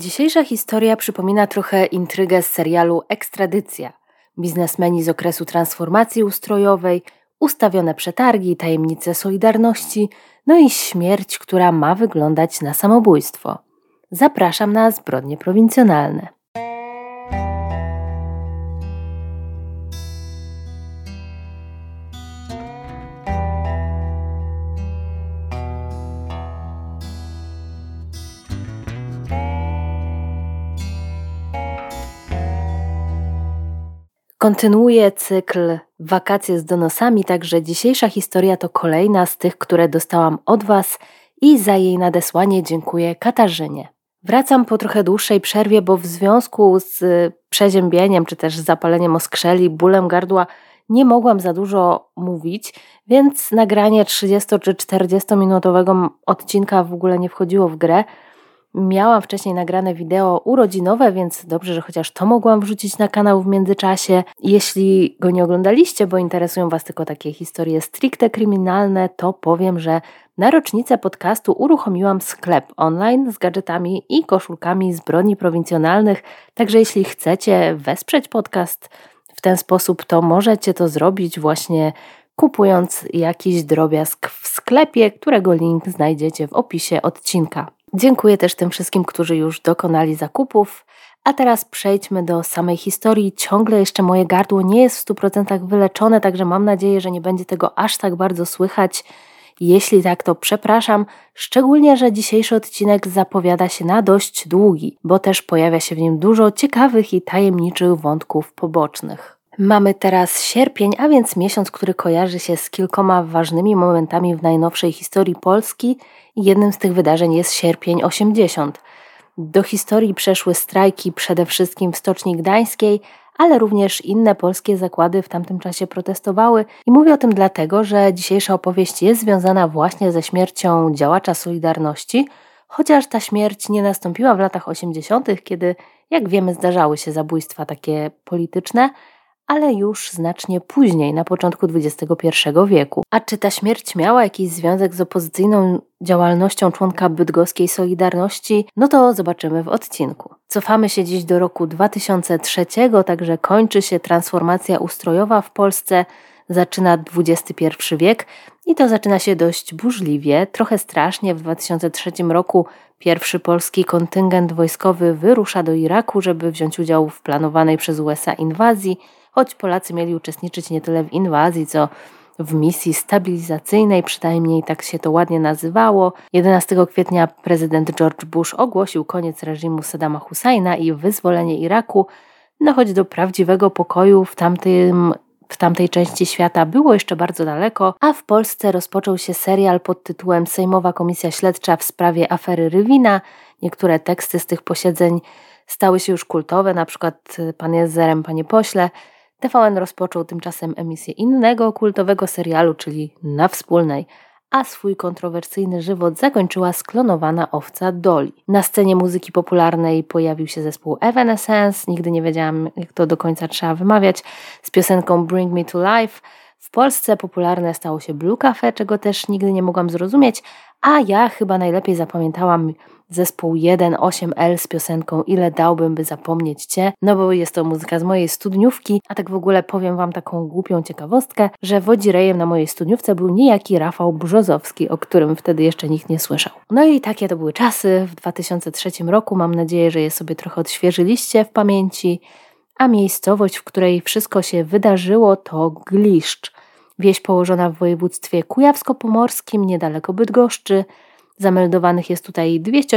Dzisiejsza historia przypomina trochę intrygę z serialu Ekstradycja. Biznesmeni z okresu transformacji ustrojowej, ustawione przetargi, tajemnice Solidarności, no i śmierć, która ma wyglądać na samobójstwo. Zapraszam na Zbrodnie prowincjonalne. Kontynuuję cykl Wakacje z donosami, także dzisiejsza historia to kolejna z tych, które dostałam od Was i za jej nadesłanie dziękuję Katarzynie. Wracam po trochę dłuższej przerwie, bo w związku z przeziębieniem czy też zapaleniem oskrzeli, bólem gardła nie mogłam za dużo mówić, więc nagranie 30 czy 40-minutowego odcinka w ogóle nie wchodziło w grę. Miałam wcześniej nagrane wideo urodzinowe, więc dobrze, że chociaż to mogłam wrzucić na kanał w międzyczasie. Jeśli go nie oglądaliście, bo interesują Was tylko takie historie stricte kryminalne, to powiem, że na rocznicę podcastu uruchomiłam sklep online z gadżetami i koszulkami zbrodni prowincjonalnych, także jeśli chcecie wesprzeć podcast w ten sposób, to możecie to zrobić właśnie kupując jakiś drobiazg w sklepie, którego link znajdziecie w opisie odcinka. Dziękuję też tym wszystkim, którzy już dokonali zakupów, a teraz przejdźmy do samej historii. Ciągle jeszcze moje gardło nie jest w 100% wyleczone, także mam nadzieję, że nie będzie tego aż tak bardzo słychać. Jeśli tak, to przepraszam, szczególnie, że dzisiejszy odcinek zapowiada się na dość długi, bo też pojawia się w nim dużo ciekawych i tajemniczych wątków pobocznych. Mamy teraz sierpień, a więc miesiąc, który kojarzy się z kilkoma ważnymi momentami w najnowszej historii Polski. Jednym z tych wydarzeń jest sierpień 80. Do historii przeszły strajki przede wszystkim w Stoczni Gdańskiej, ale również inne polskie zakłady w tamtym czasie protestowały. I mówię o tym dlatego, że dzisiejsza opowieść jest związana właśnie ze śmiercią działacza Solidarności, chociaż ta śmierć nie nastąpiła w latach 80., kiedy, jak wiemy, zdarzały się zabójstwa takie polityczne, ale już znacznie później, na początku XXI wieku. A czy ta śmierć miała jakiś związek z opozycyjną działalnością członka bydgoskiej Solidarności? No to zobaczymy w odcinku. Cofamy się dziś do roku 2003, także kończy się transformacja ustrojowa w Polsce, zaczyna XXI wiek i to zaczyna się dość burzliwie, trochę strasznie. W 2003 roku pierwszy polski kontyngent wojskowy wyrusza do Iraku, żeby wziąć udział w planowanej przez USA inwazji, choć Polacy mieli uczestniczyć nie tyle w inwazji, co w misji stabilizacyjnej, przynajmniej tak się to ładnie nazywało. 11 kwietnia prezydent George Bush ogłosił koniec reżimu Saddama Husajna i wyzwolenie Iraku, no choć do prawdziwego pokoju w tamtej części świata było jeszcze bardzo daleko, a w Polsce rozpoczął się serial pod tytułem Sejmowa Komisja Śledcza w sprawie afery Rywina. Niektóre teksty z tych posiedzeń stały się już kultowe, na przykład Pan jest zerem, panie pośle. TVN rozpoczął tymczasem emisję innego kultowego serialu, czyli Na Wspólnej, a swój kontrowersyjny żywot zakończyła sklonowana owca Dolly. Na scenie muzyki popularnej pojawił się zespół Evanescence, nigdy nie wiedziałam, jak to do końca trzeba wymawiać, z piosenką Bring Me to Life. W Polsce popularne stało się Blue Cafe, czego też nigdy nie mogłam zrozumieć, a ja chyba najlepiej zapamiętałam zespół 1-8L z piosenką Ile dałbym, by zapomnieć Cię, no bo jest to muzyka z mojej studniówki, a tak w ogóle powiem Wam taką głupią ciekawostkę, że wodzirejem na mojej studniówce był niejaki Rafał Brzozowski, o którym wtedy jeszcze nikt nie słyszał. No i takie to były czasy w 2003 roku, mam nadzieję, że je sobie trochę odświeżyliście w pamięci, a miejscowość, w której wszystko się wydarzyło, to Gliszcz, wieś położona w województwie kujawsko-pomorskim, niedaleko Bydgoszczy. Zameldowanych jest tutaj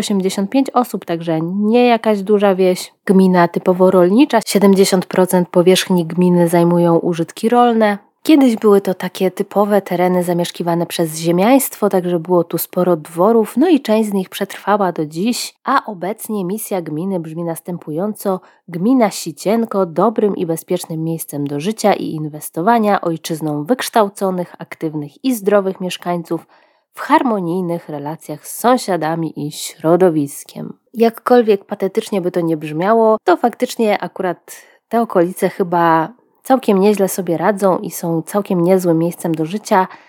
285 osób, także nie jakaś duża wieś. Gmina typowo rolnicza, 70% powierzchni gminy zajmują użytki rolne. Kiedyś były to takie typowe tereny zamieszkiwane przez ziemiaństwo, także było tu sporo dworów, no i część z nich przetrwała do dziś, a obecnie misja gminy brzmi następująco: gmina Sicienko, dobrym i bezpiecznym miejscem do życia i inwestowania, ojczyzną wykształconych, aktywnych i zdrowych mieszkańców, w harmonijnych relacjach z sąsiadami i środowiskiem. Jakkolwiek patetycznie by to nie brzmiało, to faktycznie akurat te okolice chyba całkiem nieźle sobie radzą i są całkiem niezłym miejscem do życia.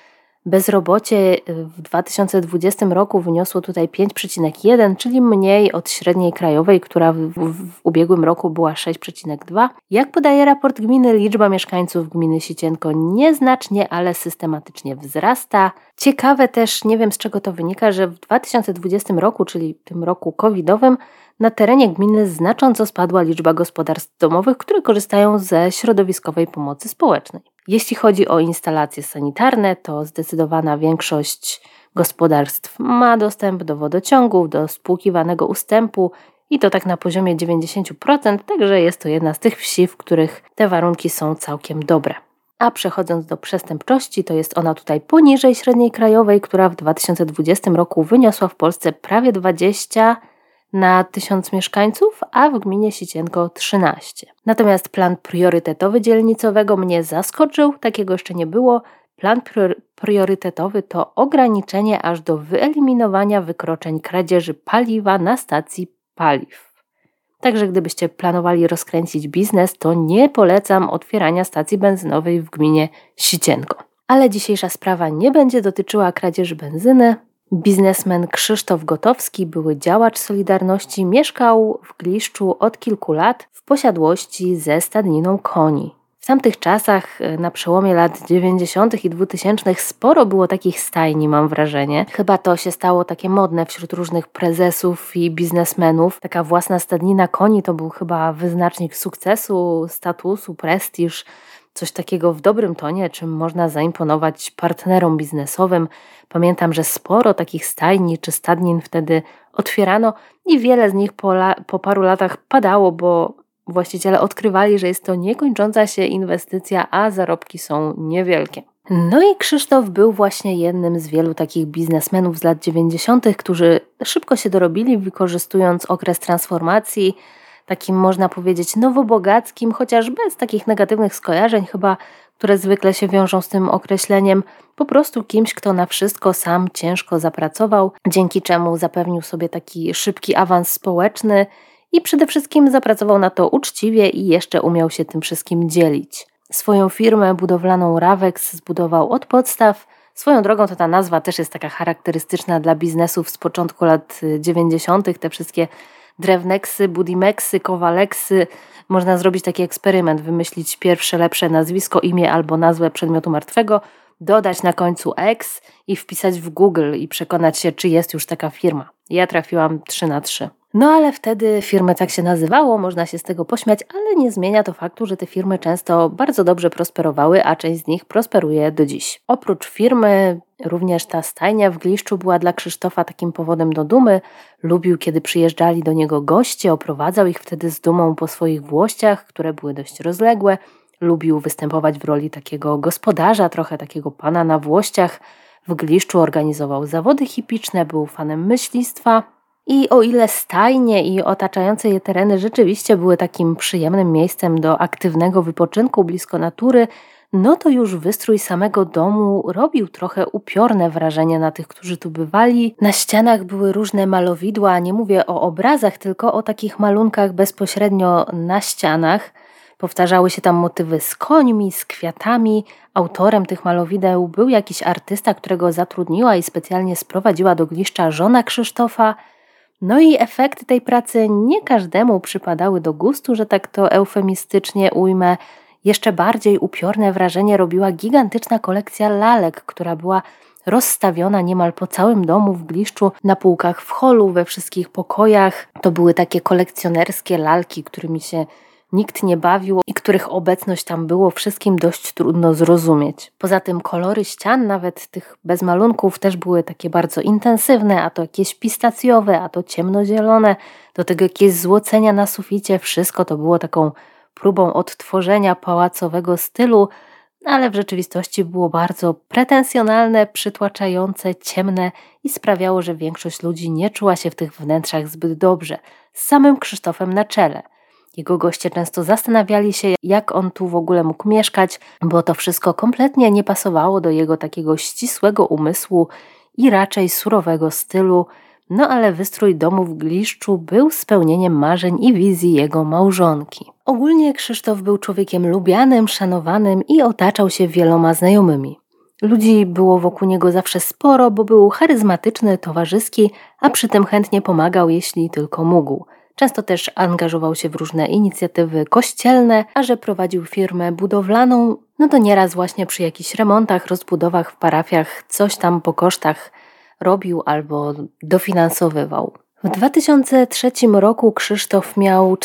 Bezrobocie w 2020 roku wyniosło tutaj 5,1, czyli mniej od średniej krajowej, która w ubiegłym roku była 6,2. Jak podaje raport gminy, liczba mieszkańców gminy Sicienko nieznacznie, ale systematycznie wzrasta. Ciekawe też, nie wiem z czego to wynika, że w 2020 roku, czyli tym roku covidowym, na terenie gminy znacząco spadła liczba gospodarstw domowych, które korzystają ze środowiskowej pomocy społecznej. Jeśli chodzi o instalacje sanitarne, to zdecydowana większość gospodarstw ma dostęp do wodociągów, do spłukiwanego ustępu i to tak na poziomie 90%, także jest to jedna z tych wsi, w których te warunki są całkiem dobre. A przechodząc do przestępczości, to jest ona tutaj poniżej średniej krajowej, która w 2020 roku wyniosła w Polsce prawie 20 na 1000 mieszkańców, a w gminie Sicienko 13. Natomiast plan priorytetowy dzielnicowego mnie zaskoczył, takiego jeszcze nie było. Plan priorytetowy to ograniczenie aż do wyeliminowania wykroczeń kradzieży paliwa na stacji paliw. Także gdybyście planowali rozkręcić biznes, to nie polecam otwierania stacji benzynowej w gminie Sicienko. Ale dzisiejsza sprawa nie będzie dotyczyła kradzieży benzyny. Biznesmen Krzysztof Gotowski, były działacz Solidarności, mieszkał w Gliszczu od kilku lat w posiadłości ze stadniną koni. W tamtych czasach, na przełomie lat 90. i 2000 sporo było takich stajni, mam wrażenie. Chyba to się stało takie modne wśród różnych prezesów i biznesmenów. Taka własna stadnina koni to był chyba wyznacznik sukcesu, statusu, prestiż. Coś takiego w dobrym tonie, czym można zaimponować partnerom biznesowym. Pamiętam, że sporo takich stajni czy stadnin wtedy otwierano i wiele z nich po paru latach padało, bo właściciele odkrywali, że jest to niekończąca się inwestycja, a zarobki są niewielkie. No i Krzysztof był właśnie jednym z wielu takich biznesmenów z lat 90., którzy szybko się dorobili, wykorzystując okres transformacji, takim można powiedzieć nowobogackim, chociaż bez takich negatywnych skojarzeń chyba, które zwykle się wiążą z tym określeniem, po prostu kimś, kto na wszystko sam ciężko zapracował, dzięki czemu zapewnił sobie taki szybki awans społeczny i przede wszystkim zapracował na to uczciwie i jeszcze umiał się tym wszystkim dzielić. Swoją firmę budowlaną Rawex zbudował od podstaw. Swoją drogą to ta nazwa też jest taka charakterystyczna dla biznesów z początku lat 90., te wszystkie Drewneksy, Budimeksy, Kowaleksy. Można zrobić taki eksperyment, wymyślić pierwsze lepsze nazwisko, imię albo nazwę przedmiotu martwego, dodać na końcu X i wpisać w Google i przekonać się, czy jest już taka firma. Ja trafiłam 3/3. No ale wtedy firmy tak się nazywało, można się z tego pośmiać, ale nie zmienia to faktu, że te firmy często bardzo dobrze prosperowały, a część z nich prosperuje do dziś. Oprócz firmy, również ta stajnia w Gliszczu była dla Krzysztofa takim powodem do dumy. Lubił, kiedy przyjeżdżali do niego goście, oprowadzał ich wtedy z dumą po swoich włościach, które były dość rozległe. Lubił występować w roli takiego gospodarza, trochę takiego pana na włościach. W Gliszczu organizował zawody hippiczne, był fanem myślistwa. I o ile stajnie i otaczające je tereny rzeczywiście były takim przyjemnym miejscem do aktywnego wypoczynku blisko natury, no to już wystrój samego domu robił trochę upiorne wrażenie na tych, którzy tu bywali. Na ścianach były różne malowidła, nie mówię o obrazach, tylko o takich malunkach bezpośrednio na ścianach. Powtarzały się tam motywy z końmi, z kwiatami. Autorem tych malowideł był jakiś artysta, którego zatrudniła i specjalnie sprowadziła do Gliszcza żona Krzysztofa. No i efekty tej pracy nie każdemu przypadały do gustu, że tak to eufemistycznie ujmę. Jeszcze bardziej upiorne wrażenie robiła gigantyczna kolekcja lalek, która była rozstawiona niemal po całym domu w Gliszczu, na półkach w holu, we wszystkich pokojach. To były takie kolekcjonerskie lalki, którymi się nikt nie bawił i których obecność tam było wszystkim dość trudno zrozumieć. Poza tym kolory ścian, nawet tych bez malunków, też były takie bardzo intensywne, a to jakieś pistacjowe, a to ciemnozielone, do tego jakieś złocenia na suficie, wszystko to było taką próbą odtworzenia pałacowego stylu, ale w rzeczywistości było bardzo pretensjonalne, przytłaczające, ciemne i sprawiało, że większość ludzi nie czuła się w tych wnętrzach zbyt dobrze, z samym Krzysztofem na czele. Jego goście często zastanawiali się, jak on tu w ogóle mógł mieszkać, bo to wszystko kompletnie nie pasowało do jego takiego ścisłego umysłu i raczej surowego stylu, no ale wystrój domu w Gliszczu był spełnieniem marzeń i wizji jego małżonki. Ogólnie Krzysztof był człowiekiem lubianym, szanowanym i otaczał się wieloma znajomymi. Ludzi było wokół niego zawsze sporo, bo był charyzmatyczny, towarzyski, a przy tym chętnie pomagał, jeśli tylko mógł. Często też angażował się w różne inicjatywy kościelne, a że prowadził firmę budowlaną, no to nieraz właśnie przy jakichś remontach, rozbudowach w parafiach coś tam po kosztach robił albo dofinansowywał. W 2003 roku Krzysztof miał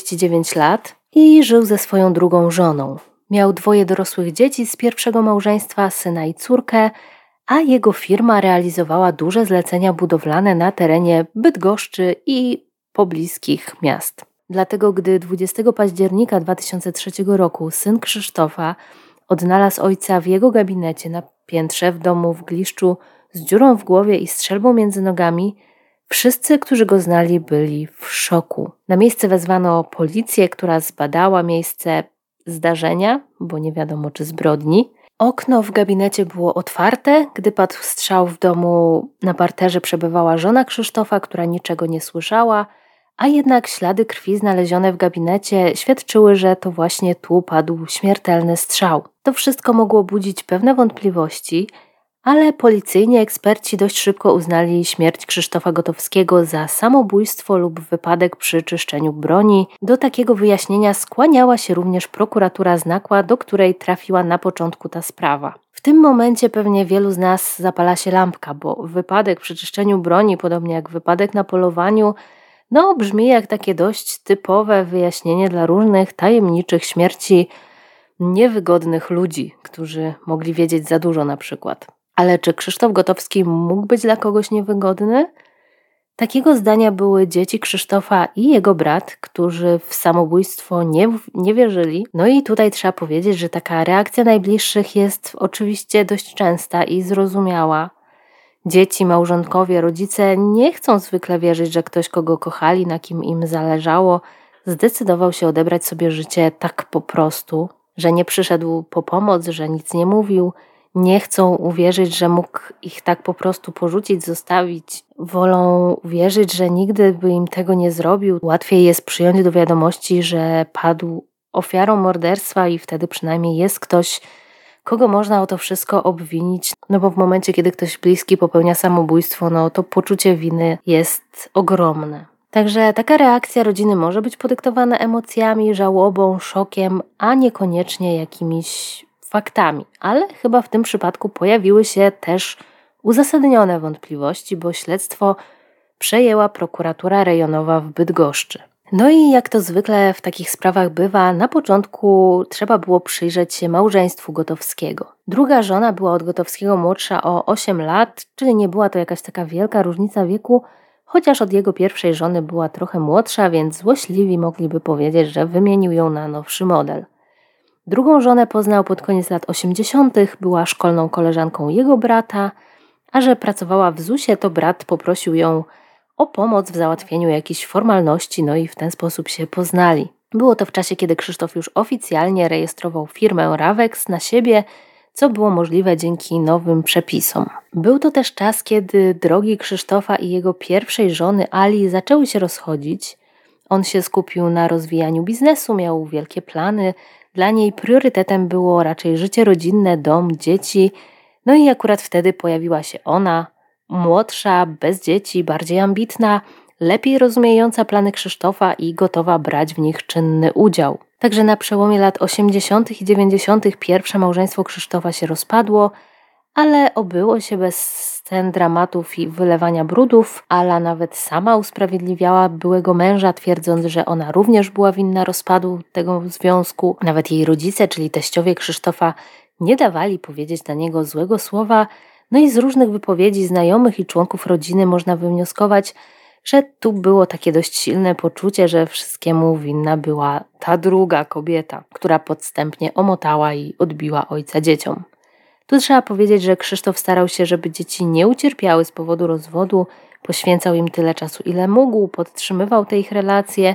49 lat i żył ze swoją drugą żoną. Miał 2 dorosłych dzieci z pierwszego małżeństwa, syna i córkę, a jego firma realizowała duże zlecenia budowlane na terenie Bydgoszczy i pobliskich miast. Dlatego gdy 20 października 2003 roku syn Krzysztofa odnalazł ojca w jego gabinecie na piętrze w domu w Gliszczu z dziurą w głowie i strzelbą między nogami, wszyscy, którzy go znali, byli w szoku. Na miejsce wezwano policję, która zbadała miejsce zdarzenia, bo nie wiadomo czy zbrodni. Okno w gabinecie było otwarte. Gdy padł strzał w domu, na parterze przebywała żona Krzysztofa, która niczego nie słyszała, a jednak ślady krwi znalezione w gabinecie świadczyły, że to właśnie tu padł śmiertelny strzał. To wszystko mogło budzić pewne wątpliwości, ale policyjni eksperci dość szybko uznali śmierć Krzysztofa Gotowskiego za samobójstwo lub wypadek przy czyszczeniu broni. Do takiego wyjaśnienia skłaniała się również prokuratura z Nakła, do której trafiła na początku ta sprawa. W tym momencie pewnie wielu z nas zapala się lampka, bo wypadek przy czyszczeniu broni, podobnie jak wypadek na polowaniu, brzmi jak takie dość typowe wyjaśnienie dla różnych tajemniczych śmierci niewygodnych ludzi, którzy mogli wiedzieć za dużo na przykład. Ale czy Krzysztof Gotowski mógł być dla kogoś niewygodny? Takiego zdania były dzieci Krzysztofa i jego brat, którzy w samobójstwo nie wierzyli. No i tutaj trzeba powiedzieć, że taka reakcja najbliższych jest oczywiście dość częsta i zrozumiała. Dzieci, małżonkowie, rodzice nie chcą zwykle wierzyć, że ktoś, kogo kochali, na kim im zależało, zdecydował się odebrać sobie życie tak po prostu, że nie przyszedł po pomoc, że nic nie mówił. Nie chcą uwierzyć, że mógł ich tak po prostu porzucić, zostawić. Wolą wierzyć, że nigdy by im tego nie zrobił. Łatwiej jest przyjąć do wiadomości, że padł ofiarą morderstwa i wtedy przynajmniej jest ktoś, kogo można o to wszystko obwinić. Bo w momencie, kiedy ktoś bliski popełnia samobójstwo, to poczucie winy jest ogromne. Także taka reakcja rodziny może być podyktowana emocjami, żałobą, szokiem, a niekoniecznie jakimiś faktami. Ale chyba w tym przypadku pojawiły się też uzasadnione wątpliwości, bo śledztwo przejęła prokuratura rejonowa w Bydgoszczy. No i jak to zwykle w takich sprawach bywa, na początku trzeba było przyjrzeć się małżeństwu Gotowskiego. Druga żona była od Gotowskiego młodsza o 8 lat, czyli nie była to jakaś taka wielka różnica wieku, chociaż od jego pierwszej żony była trochę młodsza, więc złośliwi mogliby powiedzieć, że wymienił ją na nowszy model. Drugą żonę poznał pod koniec lat 80., była szkolną koleżanką jego brata, a że pracowała w ZUS-ie, to brat poprosił ją o pomoc w załatwieniu jakichś formalności, i w ten sposób się poznali. Było to w czasie, kiedy Krzysztof już oficjalnie rejestrował firmę Rawex na siebie, co było możliwe dzięki nowym przepisom. Był to też czas, kiedy drogi Krzysztofa i jego pierwszej żony Ali zaczęły się rozchodzić. On się skupił na rozwijaniu biznesu, miał wielkie plany. Dla niej priorytetem było raczej życie rodzinne, dom, dzieci. I akurat wtedy pojawiła się ona, młodsza, bez dzieci, bardziej ambitna, lepiej rozumiejąca plany Krzysztofa i gotowa brać w nich czynny udział. Także na przełomie lat 80. i 90. pierwsze małżeństwo Krzysztofa się rozpadło, ale obyło się bez scen dramatów i wylewania brudów. Ala nawet sama usprawiedliwiała byłego męża, twierdząc, że ona również była winna rozpadu tego związku. Nawet jej rodzice, czyli teściowie Krzysztofa, nie dawali powiedzieć na niego złego słowa. I z różnych wypowiedzi znajomych i członków rodziny można wywnioskować, że tu było takie dość silne poczucie, że wszystkiemu winna była ta druga kobieta, która podstępnie omotała i odbiła ojca dzieciom. Tu trzeba powiedzieć, że Krzysztof starał się, żeby dzieci nie ucierpiały z powodu rozwodu, poświęcał im tyle czasu, ile mógł, podtrzymywał te ich relacje,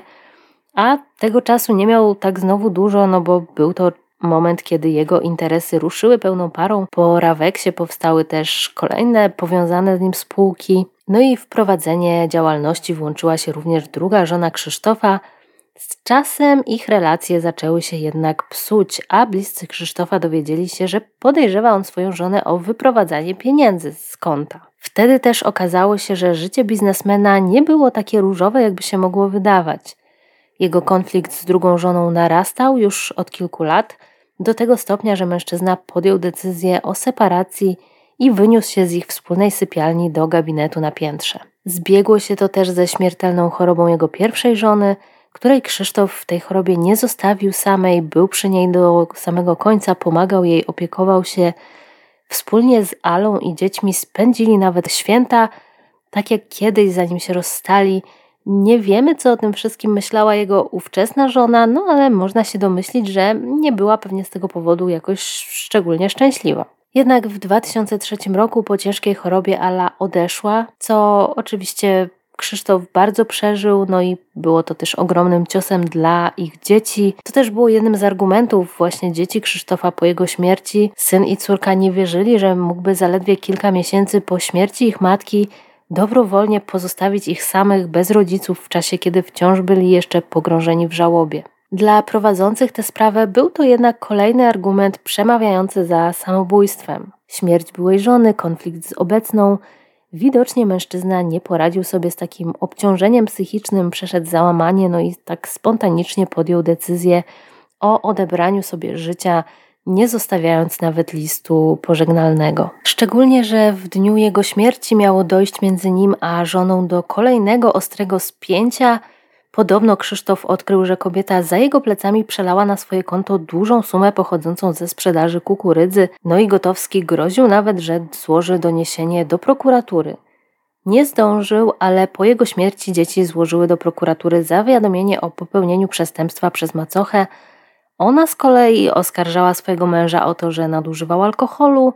a tego czasu nie miał tak znowu dużo, bo był to moment, kiedy jego interesy ruszyły pełną parą. Po Raweksie powstały też kolejne powiązane z nim spółki. I w prowadzenie działalności włączyła się również druga żona Krzysztofa, Z czasem ich relacje zaczęły się jednak psuć, a bliscy Krzysztofa dowiedzieli się, że podejrzewa on swoją żonę o wyprowadzanie pieniędzy z konta. Wtedy też okazało się, że życie biznesmena nie było takie różowe, jakby się mogło wydawać. Jego konflikt z drugą żoną narastał już od kilku lat, do tego stopnia, że mężczyzna podjął decyzję o separacji i wyniósł się z ich wspólnej sypialni do gabinetu na piętrze. Zbiegło się to też ze śmiertelną chorobą jego pierwszej żony, której Krzysztof w tej chorobie nie zostawił samej, był przy niej do samego końca, pomagał jej, opiekował się. Wspólnie z Alą i dziećmi spędzili nawet święta, tak jak kiedyś, zanim się rozstali. Nie wiemy, co o tym wszystkim myślała jego ówczesna żona, no ale można się domyślić, że nie była pewnie z tego powodu jakoś szczególnie szczęśliwa. Jednak w 2003 roku po ciężkiej chorobie Ala odeszła, co oczywiście Krzysztof bardzo przeżył, no i było to też ogromnym ciosem dla ich dzieci. To też było jednym z argumentów właśnie dzieci Krzysztofa po jego śmierci. Syn i córka nie wierzyli, że mógłby zaledwie kilka miesięcy po śmierci ich matki dobrowolnie pozostawić ich samych bez rodziców w czasie, kiedy wciąż byli jeszcze pogrążeni w żałobie. Dla prowadzących tę sprawę był to jednak kolejny argument przemawiający za samobójstwem. Śmierć byłej żony, konflikt z obecną. Widocznie mężczyzna nie poradził sobie z takim obciążeniem psychicznym, przeszedł załamanie, no i tak spontanicznie podjął decyzję o odebraniu sobie życia, nie zostawiając nawet listu pożegnalnego. Szczególnie, że w dniu jego śmierci miało dojść między nim a żoną do kolejnego ostrego spięcia. Podobno Krzysztof odkrył, że kobieta za jego plecami przelała na swoje konto dużą sumę pochodzącą ze sprzedaży kukurydzy, no i Gotowski groził nawet, że złoży doniesienie do prokuratury. Nie zdążył, ale po jego śmierci dzieci złożyły do prokuratury zawiadomienie o popełnieniu przestępstwa przez macochę. Ona z kolei oskarżała swojego męża o to, że nadużywał alkoholu,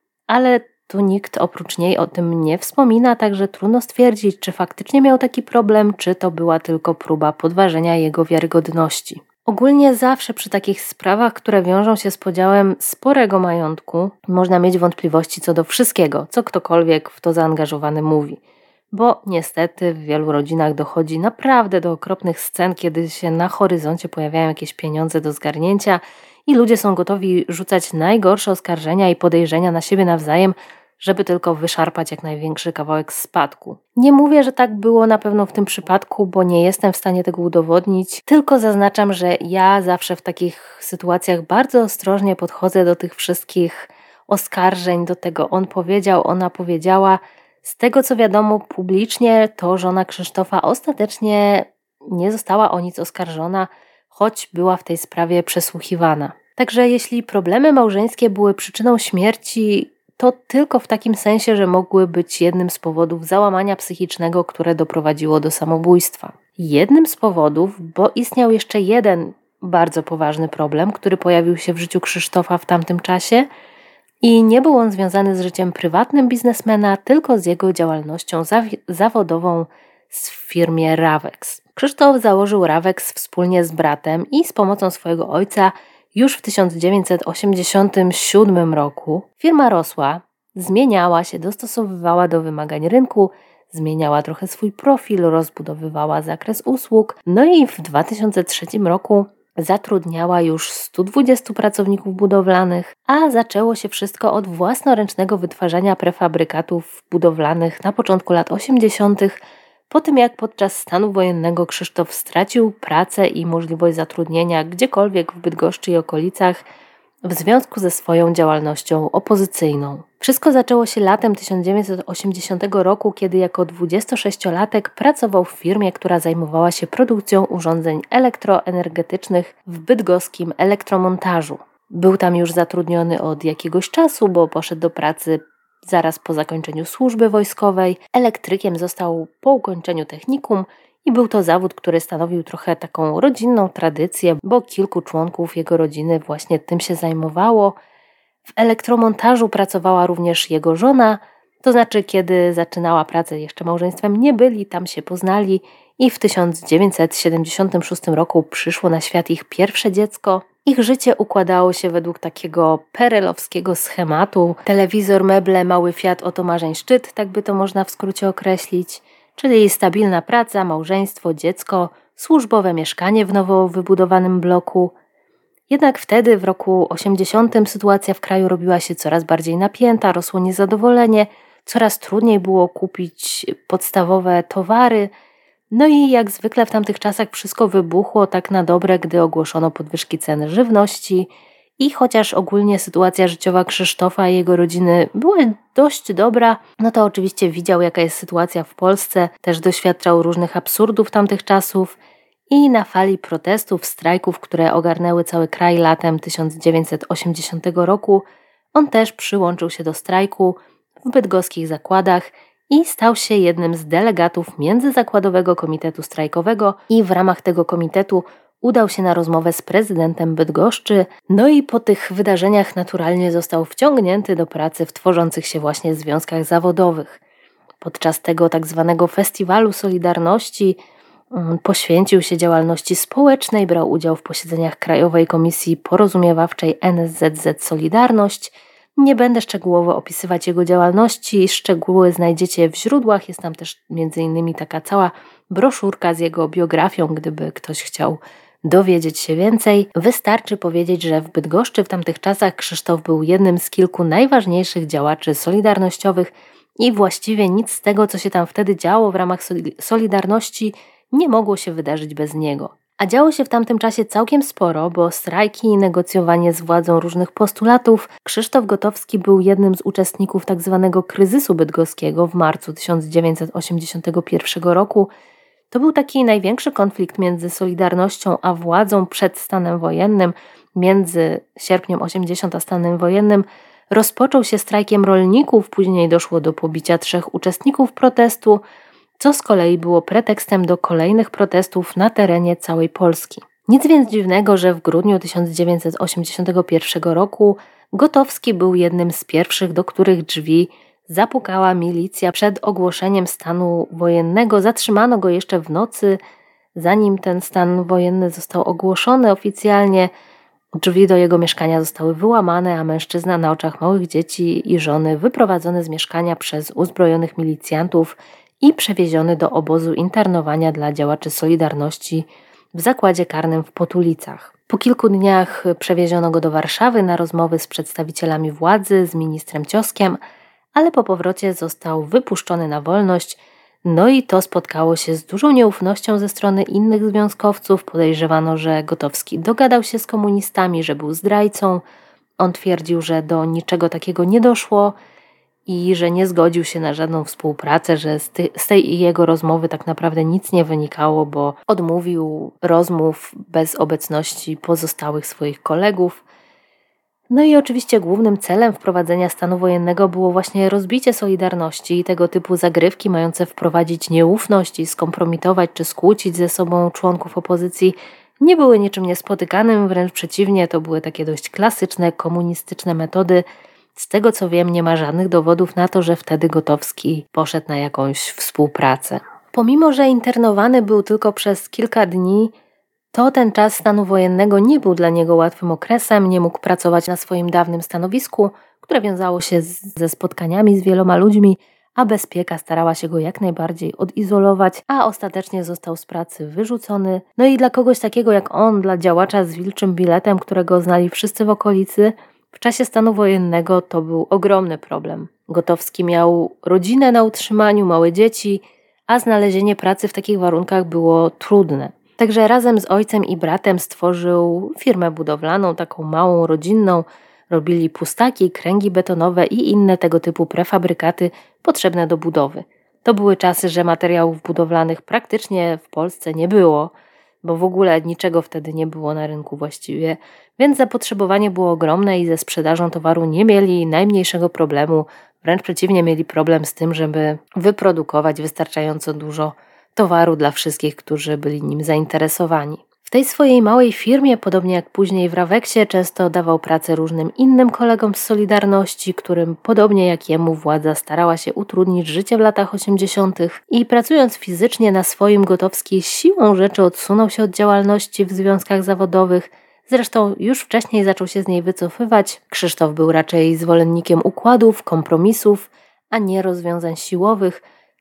ale tu nikt oprócz niej o tym nie wspomina, także trudno stwierdzić, czy faktycznie miał taki problem, czy to była tylko próba podważenia jego wiarygodności. Ogólnie zawsze przy takich sprawach, które wiążą się z podziałem sporego majątku, można mieć wątpliwości co do wszystkiego, co ktokolwiek w to zaangażowany mówi. Bo niestety w wielu rodzinach dochodzi naprawdę do okropnych scen, kiedy się na horyzoncie pojawiają jakieś pieniądze do zgarnięcia i ludzie są gotowi rzucać najgorsze oskarżenia i podejrzenia na siebie nawzajem, żeby tylko wyszarpać jak największy kawałek spadku. Nie mówię, że tak było na pewno w tym przypadku, bo nie jestem w stanie tego udowodnić, tylko zaznaczam, że ja zawsze w takich sytuacjach bardzo ostrożnie podchodzę do tych wszystkich oskarżeń, do tego on powiedział, ona powiedziała. Z tego co wiadomo publicznie, to żona Krzysztofa ostatecznie nie została o nic oskarżona, choć była w tej sprawie przesłuchiwana. Także jeśli problemy małżeńskie były przyczyną śmierci, to tylko w takim sensie, że mogły być jednym z powodów załamania psychicznego, które doprowadziło do samobójstwa. Jednym z powodów, bo istniał jeszcze jeden bardzo poważny problem, który pojawił się w życiu Krzysztofa w tamtym czasie i nie był on związany z życiem prywatnym biznesmena, tylko z jego działalnością zawodową w firmie Rawex. Krzysztof założył Rawex wspólnie z bratem i z pomocą swojego ojca już w 1987 roku. Firma rosła, zmieniała się, dostosowywała do wymagań rynku, zmieniała trochę swój profil, rozbudowywała zakres usług, no i w 2003 roku zatrudniała już 120 pracowników budowlanych, a zaczęło się wszystko od własnoręcznego wytwarzania prefabrykatów budowlanych na początku lat 80., po tym jak podczas stanu wojennego Krzysztof stracił pracę i możliwość zatrudnienia gdziekolwiek w Bydgoszczy i okolicach w związku ze swoją działalnością opozycyjną. Wszystko zaczęło się latem 1980 roku, kiedy jako 26-latek pracował w firmie, która zajmowała się produkcją urządzeń elektroenergetycznych w bydgoskim elektromontażu. Był tam już zatrudniony od jakiegoś czasu, bo poszedł do pracy zaraz po zakończeniu służby wojskowej. Elektrykiem został po ukończeniu technikum i był to zawód, który stanowił trochę taką rodzinną tradycję, bo kilku członków jego rodziny właśnie tym się zajmowało. W elektromontażu pracowała również jego żona, to znaczy kiedy zaczynała pracę jeszcze małżeństwem nie byli, tam się poznali i w 1976 roku przyszło na świat ich pierwsze dziecko. Ich życie układało się według takiego perelowskiego schematu. Telewizor, meble, mały Fiat, oto marzeń szczyt, tak by to można w skrócie określić. Czyli stabilna praca, małżeństwo, dziecko, służbowe mieszkanie w nowo wybudowanym bloku. Jednak wtedy, w roku 80, sytuacja w kraju robiła się coraz bardziej napięta, rosło niezadowolenie, coraz trudniej było kupić podstawowe towary. No i jak zwykle w tamtych czasach wszystko wybuchło tak na dobre, gdy ogłoszono podwyżki cen żywności i chociaż ogólnie sytuacja życiowa Krzysztofa i jego rodziny była dość dobra, no to oczywiście widział, jaka jest sytuacja w Polsce, też doświadczał różnych absurdów tamtych czasów i na fali protestów, strajków, które ogarnęły cały kraj latem 1980 roku, on też przyłączył się do strajku w bydgoskich zakładach i stał się jednym z delegatów Międzyzakładowego Komitetu Strajkowego i w ramach tego komitetu udał się na rozmowę z prezydentem Bydgoszczy, no i po tych wydarzeniach naturalnie został wciągnięty do pracy w tworzących się właśnie związkach zawodowych. Podczas tego tak zwanego Festiwalu Solidarności poświęcił się działalności społecznej, brał udział w posiedzeniach Krajowej Komisji Porozumiewawczej NSZZ Solidarność. Nie będę szczegółowo opisywać jego działalności, szczegóły znajdziecie w źródłach, jest tam też m.in. taka cała broszurka z jego biografią, gdyby ktoś chciał dowiedzieć się więcej. Wystarczy powiedzieć, że w Bydgoszczy w tamtych czasach Krzysztof był jednym z kilku najważniejszych działaczy solidarnościowych i właściwie nic z tego, co się tam wtedy działo w ramach Solidarności, nie mogło się wydarzyć bez niego. A działo się w tamtym czasie całkiem sporo, bo strajki i negocjowanie z władzą różnych postulatów. Krzysztof Gotowski był jednym z uczestników tzw. kryzysu bydgoskiego w marcu 1981 roku. To był taki największy konflikt między Solidarnością a władzą przed stanem wojennym. Między sierpniem 80 a stanem wojennym rozpoczął się strajkiem rolników, później doszło do pobicia 3 uczestników protestu, co z kolei było pretekstem do kolejnych protestów na terenie całej Polski. Nic więc dziwnego, że w grudniu 1981 roku Gotowski był jednym z pierwszych, do których drzwi zapukała milicja przed ogłoszeniem stanu wojennego. Zatrzymano go jeszcze w nocy, zanim ten stan wojenny został ogłoszony oficjalnie. Drzwi do jego mieszkania zostały wyłamane, a mężczyzna na oczach małych dzieci i żony wyprowadzony z mieszkania przez uzbrojonych milicjantów i przewieziony do obozu internowania dla działaczy Solidarności w zakładzie karnym w Potulicach. Po kilku dniach przewieziono go do Warszawy na rozmowy z przedstawicielami władzy, z ministrem Cioskiem, ale po powrocie został wypuszczony na wolność, no i to spotkało się z dużą nieufnością ze strony innych związkowców. Podejrzewano, że Gotowski dogadał się z komunistami, że był zdrajcą. On twierdził, że do niczego takiego nie doszło i że nie zgodził się na żadną współpracę, że z tej jego rozmowy tak naprawdę nic nie wynikało, bo odmówił rozmów bez obecności pozostałych swoich kolegów. No i oczywiście głównym celem wprowadzenia stanu wojennego było właśnie rozbicie Solidarności i tego typu zagrywki mające wprowadzić nieufność i skompromitować czy skłócić ze sobą członków opozycji nie były niczym niespotykanym, wręcz przeciwnie, to były takie dość klasyczne, komunistyczne metody. Z tego co wiem, nie ma żadnych dowodów na to, że wtedy Gotowski poszedł na jakąś współpracę. Pomimo, że internowany był tylko przez kilka dni, to ten czas stanu wojennego nie był dla niego łatwym okresem, nie mógł pracować na swoim dawnym stanowisku, które wiązało się ze spotkaniami z wieloma ludźmi, a bezpieka starała się go jak najbardziej odizolować, a ostatecznie został z pracy wyrzucony. No i dla kogoś takiego jak on, dla działacza z wilczym biletem, którego znali wszyscy w okolicy, w czasie stanu wojennego to był ogromny problem. Gotowski miał rodzinę na utrzymaniu, małe dzieci, a znalezienie pracy w takich warunkach było trudne. Także razem z ojcem i bratem stworzył firmę budowlaną, taką małą, rodzinną. Robili pustaki, kręgi betonowe i inne tego typu prefabrykaty potrzebne do budowy. To były czasy, że materiałów budowlanych praktycznie w Polsce nie było, bo w ogóle niczego wtedy nie było na rynku właściwie, więc zapotrzebowanie było ogromne i ze sprzedażą towaru nie mieli najmniejszego problemu. Wręcz przeciwnie, mieli problem z tym, żeby wyprodukować wystarczająco dużo towaru dla wszystkich, którzy byli nim zainteresowani. W tej swojej małej firmie, podobnie jak później w Raweksie, często dawał pracę różnym innym kolegom z Solidarności, którym podobnie jak jemu władza starała się utrudnić życie w latach 80. i pracując fizycznie na swoim, Gotowski siłą rzeczy odsunął się od działalności w związkach zawodowych. Zresztą już wcześniej zaczął się z niej wycofywać. Krzysztof był raczej zwolennikiem układów, kompromisów, a nie rozwiązań siłowych.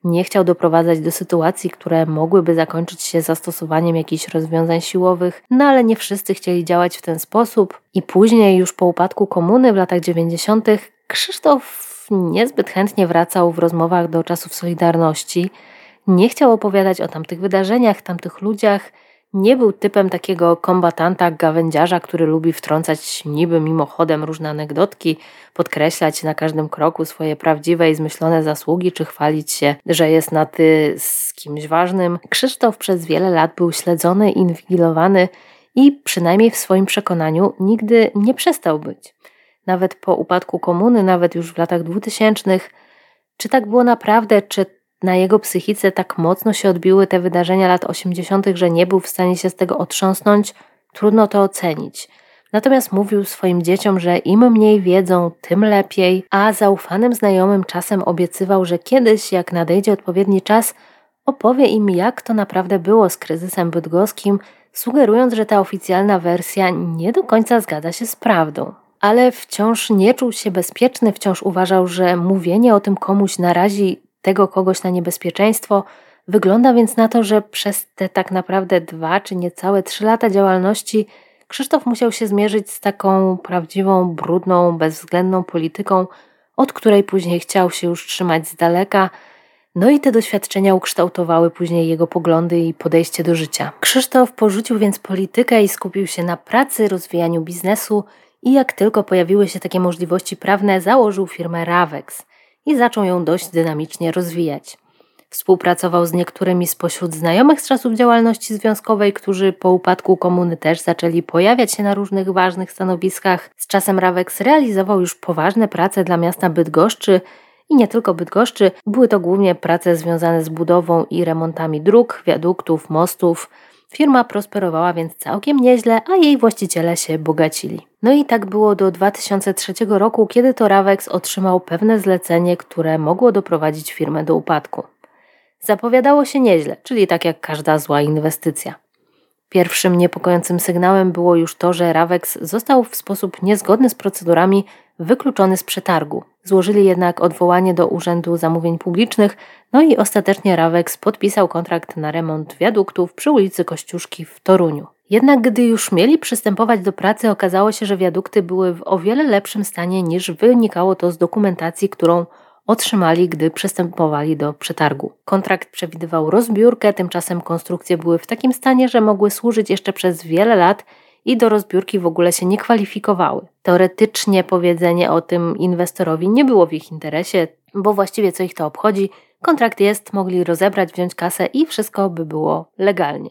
Nie chciał doprowadzać do sytuacji, które mogłyby zakończyć się zastosowaniem jakichś rozwiązań siłowych, no ale nie wszyscy chcieli działać w ten sposób i później już po upadku komuny w latach 90. Krzysztof niezbyt chętnie wracał w rozmowach do czasów Solidarności. Nie chciał opowiadać o tamtych wydarzeniach, tamtych ludziach. Nie był typem takiego kombatanta, gawędziarza, który lubi wtrącać niby mimochodem różne anegdotki, podkreślać na każdym kroku swoje prawdziwe i zmyślone zasługi, czy chwalić się, że jest na ty z kimś ważnym. Krzysztof przez wiele lat był śledzony, inwigilowany i przynajmniej w swoim przekonaniu nigdy nie przestał być. Nawet po upadku komuny, nawet już w latach 2000. Czy tak było naprawdę, czy na jego psychice tak mocno się odbiły te wydarzenia lat 80., że nie był w stanie się z tego otrząsnąć? Trudno to ocenić. Natomiast mówił swoim dzieciom, że im mniej wiedzą, tym lepiej, a zaufanym znajomym czasem obiecywał, że kiedyś, jak nadejdzie odpowiedni czas, opowie im, jak to naprawdę było z kryzysem bydgoskim, sugerując, że ta oficjalna wersja nie do końca zgadza się z prawdą. Ale wciąż nie czuł się bezpieczny, wciąż uważał, że mówienie o tym komuś narazi tego kogoś na niebezpieczeństwo. Wygląda więc na to, że przez te tak naprawdę 2 czy niecałe 3 lata działalności Krzysztof musiał się zmierzyć z taką prawdziwą, brudną, bezwzględną polityką, od której później chciał się już trzymać z daleka. No i te doświadczenia ukształtowały później jego poglądy i podejście do życia. Krzysztof porzucił więc politykę i skupił się na pracy, rozwijaniu biznesu i jak tylko pojawiły się takie możliwości prawne, założył firmę Ravex i zaczął ją dość dynamicznie rozwijać. Współpracował z niektórymi spośród znajomych z czasów działalności związkowej, którzy po upadku komuny też zaczęli pojawiać się na różnych ważnych stanowiskach. Z czasem Ravex realizował już poważne prace dla miasta Bydgoszczy i nie tylko Bydgoszczy. Były to głównie prace związane z budową i remontami dróg, wiaduktów, mostów. Firma prosperowała więc całkiem nieźle, a jej właściciele się bogacili. No i tak było do 2003 roku, kiedy to Ravex otrzymał pewne zlecenie, które mogło doprowadzić firmę do upadku. Zapowiadało się nieźle, czyli tak jak każda zła inwestycja. Pierwszym niepokojącym sygnałem było już to, że Ravex został w sposób niezgodny z procedurami wykluczony z przetargu. Złożyli jednak odwołanie do Urzędu Zamówień Publicznych, no i ostatecznie Ravex podpisał kontrakt na remont wiaduktów przy ulicy Kościuszki w Toruniu. Jednak gdy już mieli przystępować do pracy, okazało się, że wiadukty były w o wiele lepszym stanie niż wynikało to z dokumentacji, którą otrzymali, gdy przystępowali do przetargu. Kontrakt przewidywał rozbiórkę, tymczasem konstrukcje były w takim stanie, że mogły służyć jeszcze przez wiele lat i do rozbiórki w ogóle się nie kwalifikowały. Teoretycznie powiedzenie o tym inwestorowi nie było w ich interesie, bo właściwie co ich to obchodzi, kontrakt jest, mogli rozebrać, wziąć kasę i wszystko by było legalnie.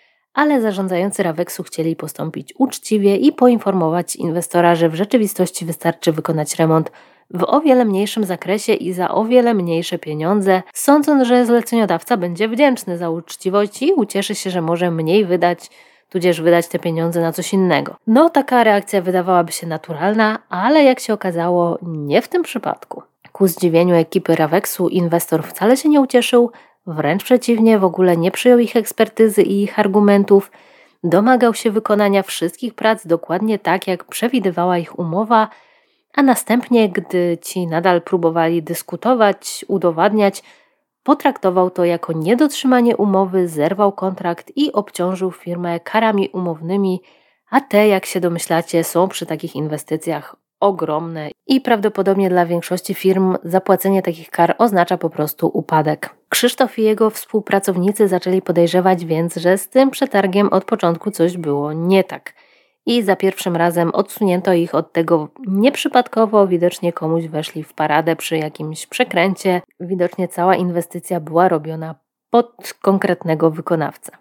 Ale zarządzający Ravexu chcieli postąpić uczciwie i poinformować inwestora, że w rzeczywistości wystarczy wykonać remont w o wiele mniejszym zakresie i za o wiele mniejsze pieniądze, sądząc, że zleceniodawca będzie wdzięczny za uczciwość i ucieszy się, że może mniej wydać, tudzież wydać te pieniądze na coś innego. No, taka reakcja wydawałaby się naturalna, ale jak się okazało, nie w tym przypadku. Ku zdziwieniu ekipy Ravexu inwestor wcale się nie ucieszył, wręcz przeciwnie, w ogóle nie przyjął ich ekspertyzy i ich argumentów, domagał się wykonania wszystkich prac dokładnie tak, jak przewidywała ich umowa, a następnie, gdy ci nadal próbowali dyskutować, udowadniać, potraktował to jako niedotrzymanie umowy, zerwał kontrakt i obciążył firmę karami umownymi, a te, jak się domyślacie, są przy takich inwestycjach ogromne i prawdopodobnie dla większości firm zapłacenie takich kar oznacza po prostu upadek. Krzysztof i jego współpracownicy zaczęli podejrzewać więc, że z tym przetargiem od początku coś było nie tak. I za pierwszym razem odsunięto ich od tego nieprzypadkowo, widocznie komuś weszli w paradę przy jakimś przekręcie. Widocznie cała inwestycja była robiona pod konkretnego wykonawcę.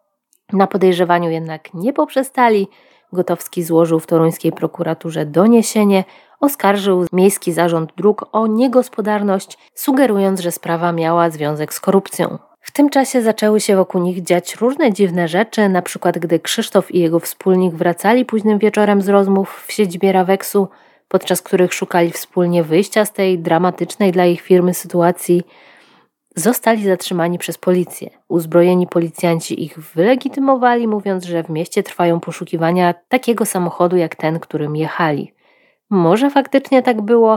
Na podejrzewaniu jednak nie poprzestali. Gotowski złożył w toruńskiej prokuraturze doniesienie, oskarżył Miejski Zarząd Dróg o niegospodarność, sugerując, że sprawa miała związek z korupcją. W tym czasie zaczęły się wokół nich dziać różne dziwne rzeczy, na przykład gdy Krzysztof i jego wspólnik wracali późnym wieczorem z rozmów w siedzibie Ravexu, podczas których szukali wspólnie wyjścia z tej dramatycznej dla ich firmy sytuacji, zostali zatrzymani przez policję. Uzbrojeni policjanci ich wylegitymowali, mówiąc, że w mieście trwają poszukiwania takiego samochodu jak ten, którym jechali. Może faktycznie tak było,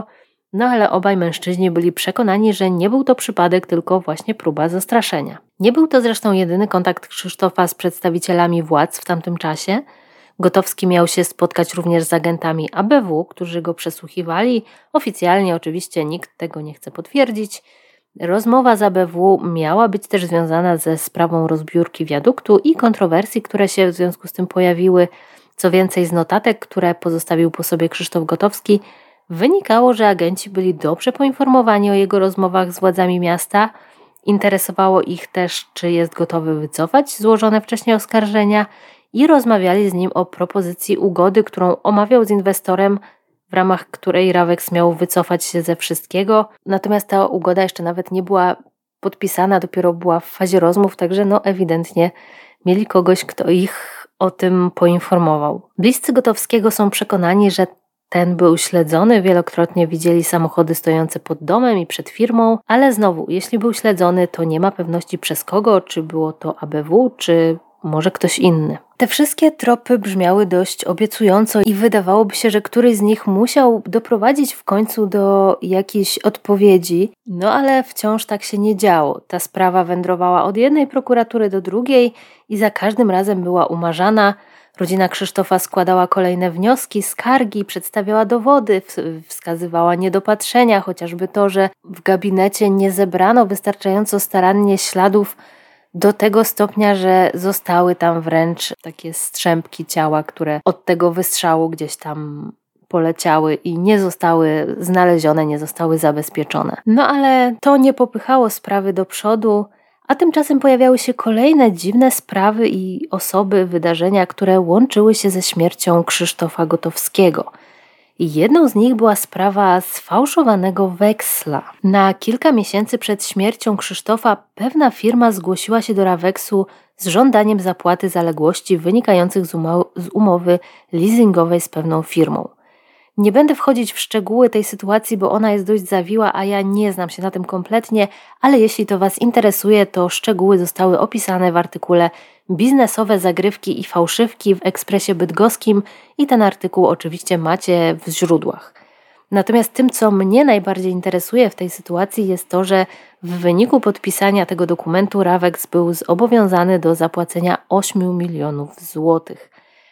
No ale obaj mężczyźni byli przekonani, że nie był to przypadek, tylko właśnie próba zastraszenia. Nie był to zresztą jedyny kontakt Krzysztofa z przedstawicielami władz w tamtym czasie. Gotowski miał się spotkać również z agentami ABW, którzy go przesłuchiwali. Oficjalnie oczywiście nikt tego nie chce potwierdzić. Rozmowa z ABW miała być też związana ze sprawą rozbiórki wiaduktu i kontrowersji, które się w związku z tym pojawiły. Co więcej, z notatek, które pozostawił po sobie Krzysztof Gotowski, wynikało, że agenci byli dobrze poinformowani o jego rozmowach z władzami miasta. Interesowało ich też, czy jest gotowy wycofać złożone wcześniej oskarżenia i rozmawiali z nim o propozycji ugody, którą omawiał z inwestorem, w ramach której Raweks miał wycofać się ze wszystkiego. Natomiast ta ugoda jeszcze nawet nie była podpisana, dopiero była w fazie rozmów, także ewidentnie mieli kogoś, kto ich o tym poinformował. Bliscy Gotowskiego są przekonani, że ten był śledzony, wielokrotnie widzieli samochody stojące pod domem i przed firmą, ale znowu, jeśli był śledzony, to nie ma pewności przez kogo, czy było to ABW, czy może ktoś inny. Te wszystkie tropy brzmiały dość obiecująco i wydawałoby się, że któryś z nich musiał doprowadzić w końcu do jakiejś odpowiedzi, ale wciąż tak się nie działo. Ta sprawa wędrowała od jednej prokuratury do drugiej i za każdym razem była umarzana. Rodzina Krzysztofa składała kolejne wnioski, skargi, przedstawiała dowody, wskazywała niedopatrzenia, chociażby to, że w gabinecie nie zebrano wystarczająco starannie śladów do tego stopnia, że zostały tam wręcz takie strzępki ciała, które od tego wystrzału gdzieś tam poleciały i nie zostały znalezione, nie zostały zabezpieczone. Ale to nie popychało sprawy do przodu, a tymczasem pojawiały się kolejne dziwne sprawy i osoby, wydarzenia, które łączyły się ze śmiercią Krzysztofa Gotowskiego. I jedną z nich była sprawa sfałszowanego weksla. Na kilka miesięcy przed śmiercią Krzysztofa pewna firma zgłosiła się do Raweksu z żądaniem zapłaty zaległości wynikających z umowy leasingowej z pewną firmą. Nie będę wchodzić w szczegóły tej sytuacji, bo ona jest dość zawiła, a ja nie znam się na tym kompletnie, ale jeśli to Was interesuje, to szczegóły zostały opisane w artykule Biznesowe zagrywki i fałszywki w Ekspresie Bydgoskim i ten artykuł oczywiście macie w źródłach. Natomiast tym, co mnie najbardziej interesuje w tej sytuacji, jest to, że w wyniku podpisania tego dokumentu Raweks był zobowiązany do zapłacenia 8 milionów złotych.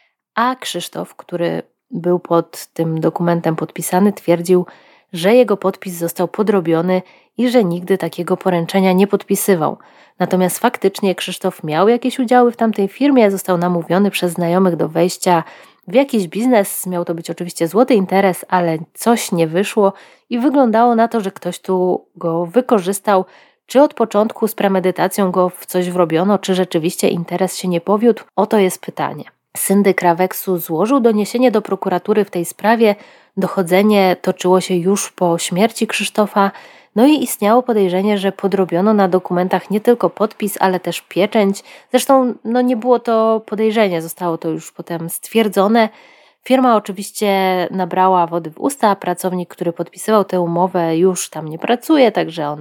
A Krzysztof, który był pod tym dokumentem podpisany, twierdził, że jego podpis został podrobiony i że nigdy takiego poręczenia nie podpisywał. Natomiast faktycznie Krzysztof miał jakieś udziały w tamtej firmie, został namówiony przez znajomych do wejścia w jakiś biznes. Miał to być oczywiście złoty interes, ale coś nie wyszło i wyglądało na to, że ktoś tu go wykorzystał. Czy od początku z premedytacją go w coś wrobiono, czy rzeczywiście interes się nie powiódł? Oto jest pytanie. Syndyk Raweksu złożył doniesienie do prokuratury w tej sprawie. Dochodzenie toczyło się już po śmierci Krzysztofa, i istniało podejrzenie, że podrobiono na dokumentach nie tylko podpis, ale też pieczęć. Zresztą nie było to podejrzenie, zostało to już potem stwierdzone. Firma oczywiście nabrała wody w usta, pracownik, który podpisywał tę umowę, już tam nie pracuje, także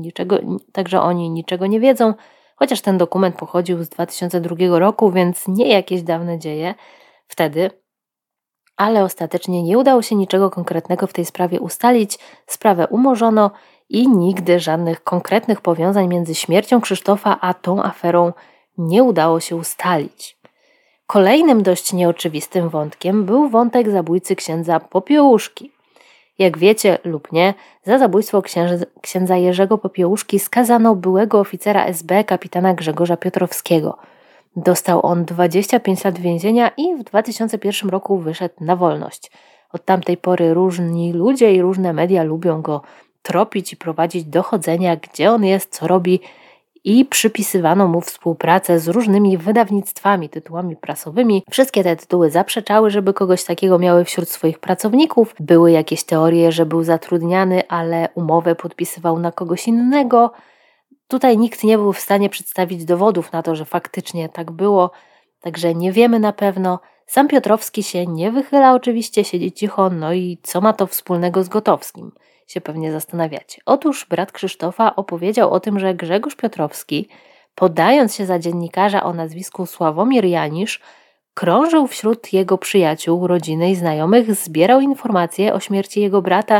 oni niczego nie wiedzą. Chociaż ten dokument pochodził z 2002 roku, więc nie jakieś dawne dzieje wtedy. Ale ostatecznie nie udało się niczego konkretnego w tej sprawie ustalić. Sprawę umorzono i nigdy żadnych konkretnych powiązań między śmiercią Krzysztofa a tą aferą nie udało się ustalić. Kolejnym dość nieoczywistym wątkiem był wątek zabójcy księdza Popiełuszki. Jak wiecie lub nie, za zabójstwo księdza Jerzego Popiełuszki skazano byłego oficera SB kapitana Grzegorza Piotrowskiego. Dostał on 25 lat więzienia i w 2001 roku wyszedł na wolność. Od tamtej pory różni ludzie i różne media lubią go tropić i prowadzić dochodzenia, gdzie on jest, co robi, i przypisywano mu współpracę z różnymi wydawnictwami, tytułami prasowymi. Wszystkie te tytuły zaprzeczały, żeby kogoś takiego miały wśród swoich pracowników. Były jakieś teorie, że był zatrudniany, ale umowę podpisywał na kogoś innego. Tutaj nikt nie był w stanie przedstawić dowodów na to, że faktycznie tak było, także nie wiemy na pewno. Sam Piotrowski się nie wychyla oczywiście, siedzi cicho, i co ma to wspólnego z Gotowskim? Się pewnie zastanawiacie. Otóż brat Krzysztofa opowiedział o tym, że Grzegorz Piotrowski, podając się za dziennikarza o nazwisku Sławomir Janisz, krążył wśród jego przyjaciół, rodziny i znajomych, zbierał informacje o śmierci jego brata,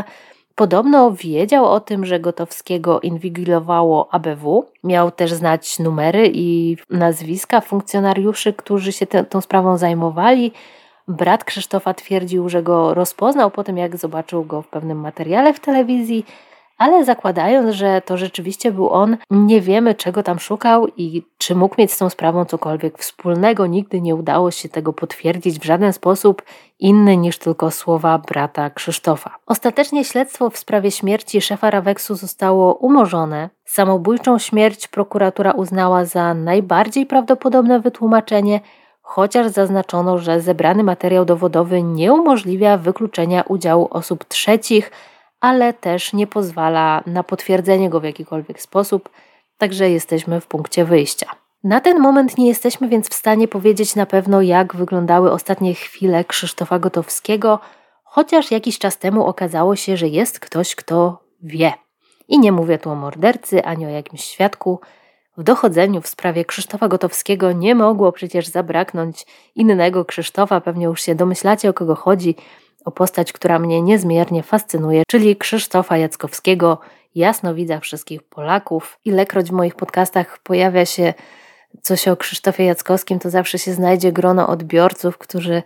Podobno wiedział o tym, że Gotowskiego inwigilowało ABW. Miał też znać numery i nazwiska funkcjonariuszy, którzy się tą sprawą zajmowali. Brat Krzysztofa twierdził, że go rozpoznał po tym, jak zobaczył go w pewnym materiale w telewizji, ale zakładając, że to rzeczywiście był on, nie wiemy, czego tam szukał i czy mógł mieć z tą sprawą cokolwiek wspólnego. Nigdy nie udało się tego potwierdzić w żaden sposób inny niż tylko słowa brata Krzysztofa. Ostatecznie śledztwo w sprawie śmierci szefa Raweksu zostało umorzone. Samobójczą śmierć prokuratura uznała za najbardziej prawdopodobne wytłumaczenie, chociaż zaznaczono, że zebrany materiał dowodowy nie umożliwia wykluczenia udziału osób trzecich, ale też nie pozwala na potwierdzenie go w jakikolwiek sposób, także jesteśmy w punkcie wyjścia. Na ten moment nie jesteśmy więc w stanie powiedzieć na pewno, jak wyglądały ostatnie chwile Krzysztofa Gotowskiego, chociaż jakiś czas temu okazało się, że jest ktoś, kto wie. I nie mówię tu o mordercy, ani o jakimś świadku. W dochodzeniu w sprawie Krzysztofa Gotowskiego nie mogło przecież zabraknąć innego Krzysztofa, pewnie już się domyślacie, o kogo chodzi, o postać, która mnie niezmiernie fascynuje, czyli Krzysztofa Jackowskiego, jasnowidza wszystkich Polaków. Ilekroć w moich podcastach pojawia się coś o Krzysztofie Jackowskim, to zawsze się znajdzie grono odbiorców, którzy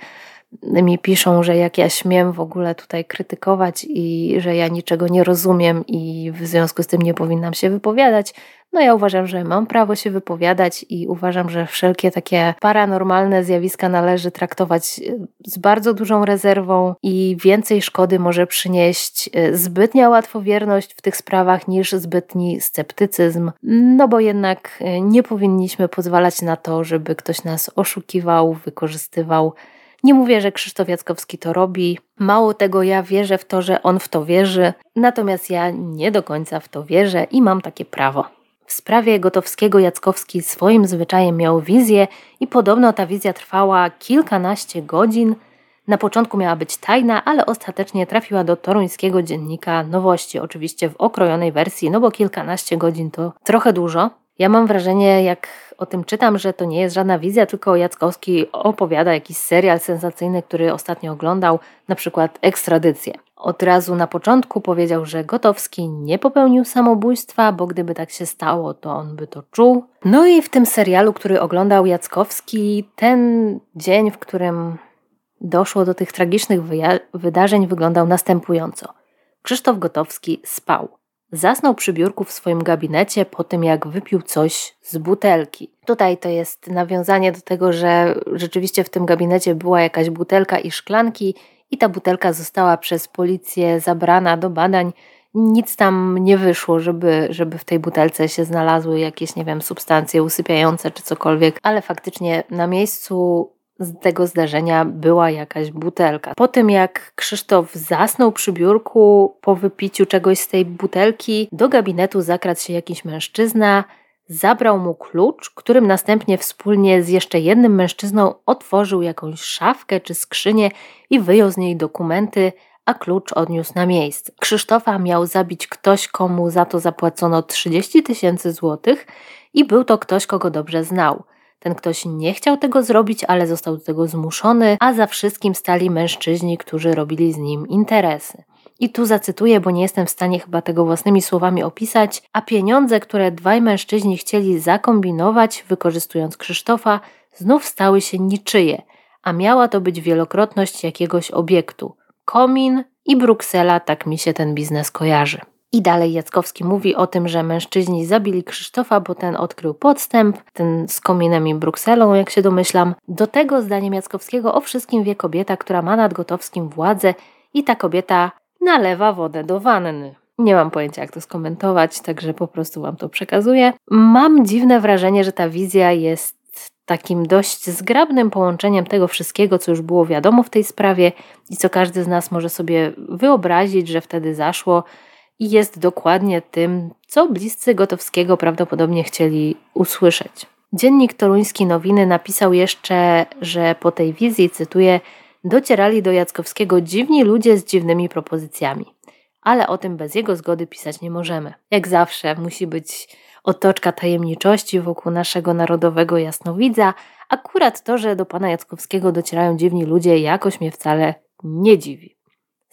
mi piszą, że jak ja śmiem w ogóle tutaj krytykować i że ja niczego nie rozumiem i w związku z tym nie powinnam się wypowiadać. No ja uważam, że mam prawo się wypowiadać i uważam, że wszelkie takie paranormalne zjawiska należy traktować z bardzo dużą rezerwą i więcej szkody może przynieść zbytnia łatwowierność w tych sprawach niż zbytni sceptycyzm, no bo jednak nie powinniśmy pozwalać na to, żeby ktoś nas oszukiwał, wykorzystywał. Nie mówię, że Krzysztof Jackowski to robi. Mało tego, ja wierzę w to, że on w to wierzy, natomiast ja nie do końca w to wierzę i mam takie prawo. W sprawie Gotowskiego Jackowski swoim zwyczajem miał wizję i podobno ta wizja trwała kilkanaście godzin. Na początku miała być tajna, ale ostatecznie trafiła do toruńskiego dziennika Nowości, oczywiście w okrojonej wersji, no bo kilkanaście godzin to trochę dużo. Ja mam wrażenie, jak o tym czytam, że to nie jest żadna wizja, tylko Jackowski opowiada jakiś serial sensacyjny, który ostatnio oglądał, na przykład Ekstradycję. Od razu na początku powiedział, że Gotowski nie popełnił samobójstwa, bo gdyby tak się stało, to on by to czuł. No i w tym serialu, który oglądał Jackowski, ten dzień, w którym doszło do tych tragicznych wydarzeń, wyglądał następująco. Krzysztof Gotowski spał. Zasnął przy biurku w swoim gabinecie po tym, jak wypił coś z butelki. Tutaj to jest nawiązanie do tego, że rzeczywiście w tym gabinecie była jakaś butelka i szklanki i ta butelka została przez policję zabrana do badań. Nic tam nie wyszło, żeby w tej butelce się znalazły jakieś, nie wiem, substancje usypiające czy cokolwiek, ale faktycznie na miejscu z tego zdarzenia była jakaś butelka. Po tym jak Krzysztof zasnął przy biurku, po wypiciu czegoś z tej butelki, do gabinetu zakradł się jakiś mężczyzna, zabrał mu klucz, którym następnie wspólnie z jeszcze jednym mężczyzną otworzył jakąś szafkę czy skrzynię i wyjął z niej dokumenty, a klucz odniósł na miejsce. Krzysztofa miał zabić ktoś, komu za to zapłacono 30 000 złotych i był to ktoś, kogo dobrze znał. Ten ktoś nie chciał tego zrobić, ale został do tego zmuszony, a za wszystkim stali mężczyźni, którzy robili z nim interesy. I tu zacytuję, bo nie jestem w stanie chyba tego własnymi słowami opisać, a pieniądze, które dwaj mężczyźni chcieli zakombinować, wykorzystując Krzysztofa, znów stały się niczyje, a miała to być wielokrotność jakiegoś obiektu. Komin i Bruksela, tak mi się ten biznes kojarzy. I dalej Jackowski mówi o tym, że mężczyźni zabili Krzysztofa, bo ten odkrył podstęp, ten z kominem i Brukselą, jak się domyślam. Do tego, zdaniem Jackowskiego, o wszystkim wie kobieta, która ma nad Gotowskim władzę i ta kobieta nalewa wodę do wanny. Nie mam pojęcia, jak to skomentować, także po prostu wam to przekazuję. Mam dziwne wrażenie, że ta wizja jest takim dość zgrabnym połączeniem tego wszystkiego, co już było wiadomo w tej sprawie i co każdy z nas może sobie wyobrazić, że wtedy zaszło, i jest dokładnie tym, co bliscy Gotowskiego prawdopodobnie chcieli usłyszeć. Dziennik Toruński Nowiny napisał jeszcze, że po tej wizji, cytuję, docierali do Jackowskiego dziwni ludzie z dziwnymi propozycjami. Ale o tym bez jego zgody pisać nie możemy. Jak zawsze musi być otoczka tajemniczości wokół naszego narodowego jasnowidza. Akurat to, że do pana Jackowskiego docierają dziwni ludzie, jakoś mnie wcale nie dziwi.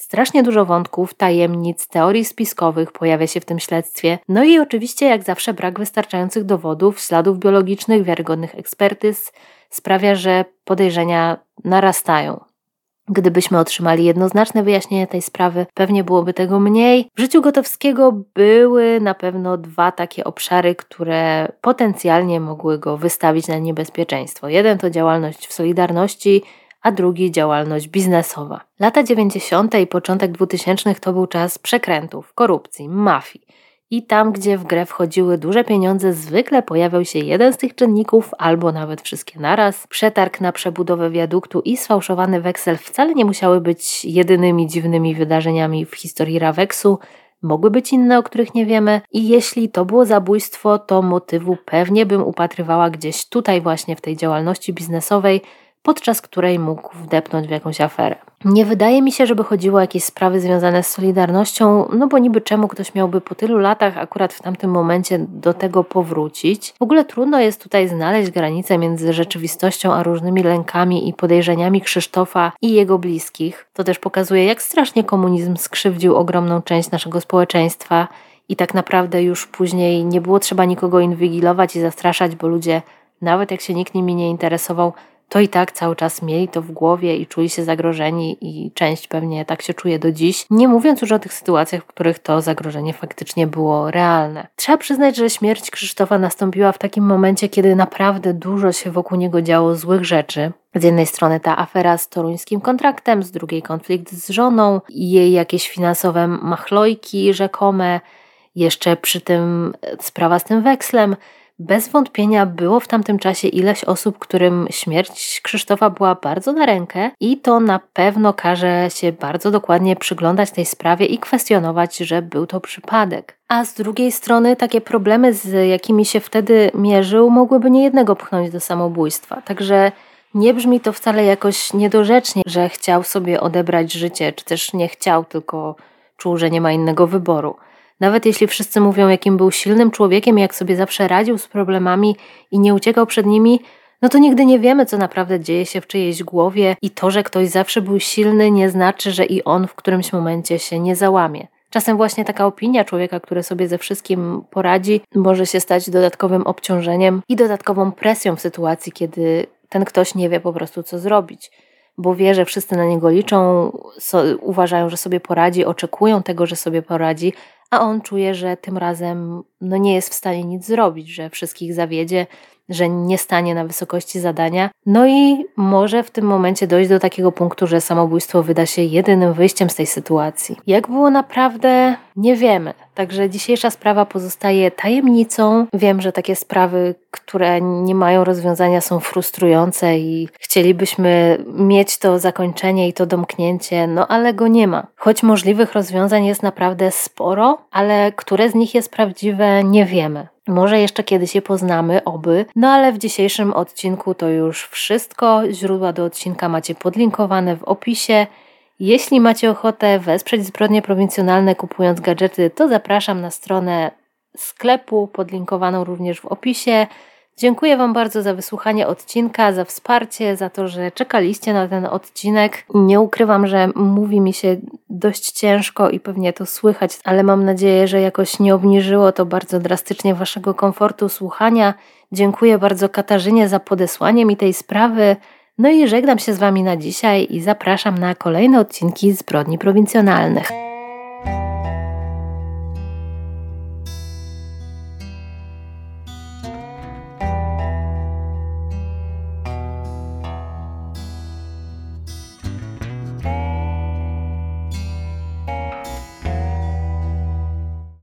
Strasznie dużo wątków, tajemnic, teorii spiskowych pojawia się w tym śledztwie. No i oczywiście jak zawsze brak wystarczających dowodów, śladów biologicznych, wiarygodnych ekspertyz sprawia, że podejrzenia narastają. Gdybyśmy otrzymali jednoznaczne wyjaśnienie tej sprawy, pewnie byłoby tego mniej. W życiu Gotowskiego były na pewno 2 takie obszary, które potencjalnie mogły go wystawić na niebezpieczeństwo. Jeden to działalność w Solidarności, a drugi działalność biznesowa. Lata 90. i początek 2000 to był czas przekrętów, korupcji, mafii. I tam, gdzie w grę wchodziły duże pieniądze, zwykle pojawiał się jeden z tych czynników, albo nawet wszystkie naraz. Przetarg na przebudowę wiaduktu i sfałszowany weksel wcale nie musiały być jedynymi dziwnymi wydarzeniami w historii Raweksu. Mogły być inne, o których nie wiemy. I jeśli to było zabójstwo, to motywu pewnie bym upatrywała gdzieś tutaj właśnie w tej działalności biznesowej, podczas której mógł wdepnąć w jakąś aferę. Nie wydaje mi się, żeby chodziło o jakieś sprawy związane z Solidarnością, no bo niby czemu ktoś miałby po tylu latach akurat w tamtym momencie do tego powrócić. W ogóle trudno jest tutaj znaleźć granicę między rzeczywistością a różnymi lękami i podejrzeniami Krzysztofa i jego bliskich. To też pokazuje, jak strasznie komunizm skrzywdził ogromną część naszego społeczeństwa i tak naprawdę już później nie było trzeba nikogo inwigilować i zastraszać, bo ludzie, nawet jak się nikt nimi nie interesował, to i tak cały czas mieli to w głowie i czuli się zagrożeni i część pewnie tak się czuje do dziś, nie mówiąc już o tych sytuacjach, w których to zagrożenie faktycznie było realne. Trzeba przyznać, że śmierć Krzysztofa nastąpiła w takim momencie, kiedy naprawdę dużo się wokół niego działo złych rzeczy. Z jednej strony ta afera z toruńskim kontraktem, z drugiej konflikt z żoną i jej jakieś finansowe machlojki rzekome, jeszcze przy tym sprawa z tym wekslem. Bez wątpienia było w tamtym czasie ileś osób, którym śmierć Krzysztofa była bardzo na rękę i to na pewno każe się bardzo dokładnie przyglądać tej sprawie i kwestionować, że był to przypadek. A z drugiej strony takie problemy, z jakimi się wtedy mierzył, mogłyby niejednego pchnąć do samobójstwa. Także nie brzmi to wcale jakoś niedorzecznie, że chciał sobie odebrać życie, czy też nie chciał, tylko czuł, że nie ma innego wyboru. Nawet jeśli wszyscy mówią, jakim był silnym człowiekiem, jak sobie zawsze radził z problemami i nie uciekał przed nimi, no to nigdy nie wiemy, co naprawdę dzieje się w czyjejś głowie i to, że ktoś zawsze był silny, nie znaczy, że i on w którymś momencie się nie załamie. Czasem właśnie taka opinia człowieka, który sobie ze wszystkim poradzi, może się stać dodatkowym obciążeniem i dodatkową presją w sytuacji, kiedy ten ktoś nie wie po prostu, co zrobić. Bo wie, że wszyscy na niego liczą, uważają, że sobie poradzi, oczekują tego, że sobie poradzi, a on czuje, że tym razem nie jest w stanie nic zrobić, że wszystkich zawiedzie, że nie stanie na wysokości zadania. No i może w tym momencie dojść do takiego punktu, że samobójstwo wyda się jedynym wyjściem z tej sytuacji. Jak było naprawdę, nie wiemy. Także dzisiejsza sprawa pozostaje tajemnicą. Wiem, że takie sprawy, które nie mają rozwiązania, są frustrujące i chcielibyśmy mieć to zakończenie i to domknięcie, ale go nie ma. Choć możliwych rozwiązań jest naprawdę sporo, ale które z nich jest prawdziwe, nie wiemy. Może jeszcze kiedyś je poznamy, oby. Ale w dzisiejszym odcinku to już wszystko. Źródła do odcinka macie podlinkowane w opisie. Jeśli macie ochotę wesprzeć Zbrodnie Prowincjonalne kupując gadżety, to zapraszam na stronę sklepu, podlinkowaną również w opisie. Dziękuję Wam bardzo za wysłuchanie odcinka, za wsparcie, za to, że czekaliście na ten odcinek. Nie ukrywam, że mówi mi się dość ciężko i pewnie to słychać, ale mam nadzieję, że jakoś nie obniżyło to bardzo drastycznie Waszego komfortu słuchania. Dziękuję bardzo Katarzynie za podesłanie mi tej sprawy. I żegnam się z Wami na dzisiaj i zapraszam na kolejne odcinki Zbrodni Prowincjonalnych.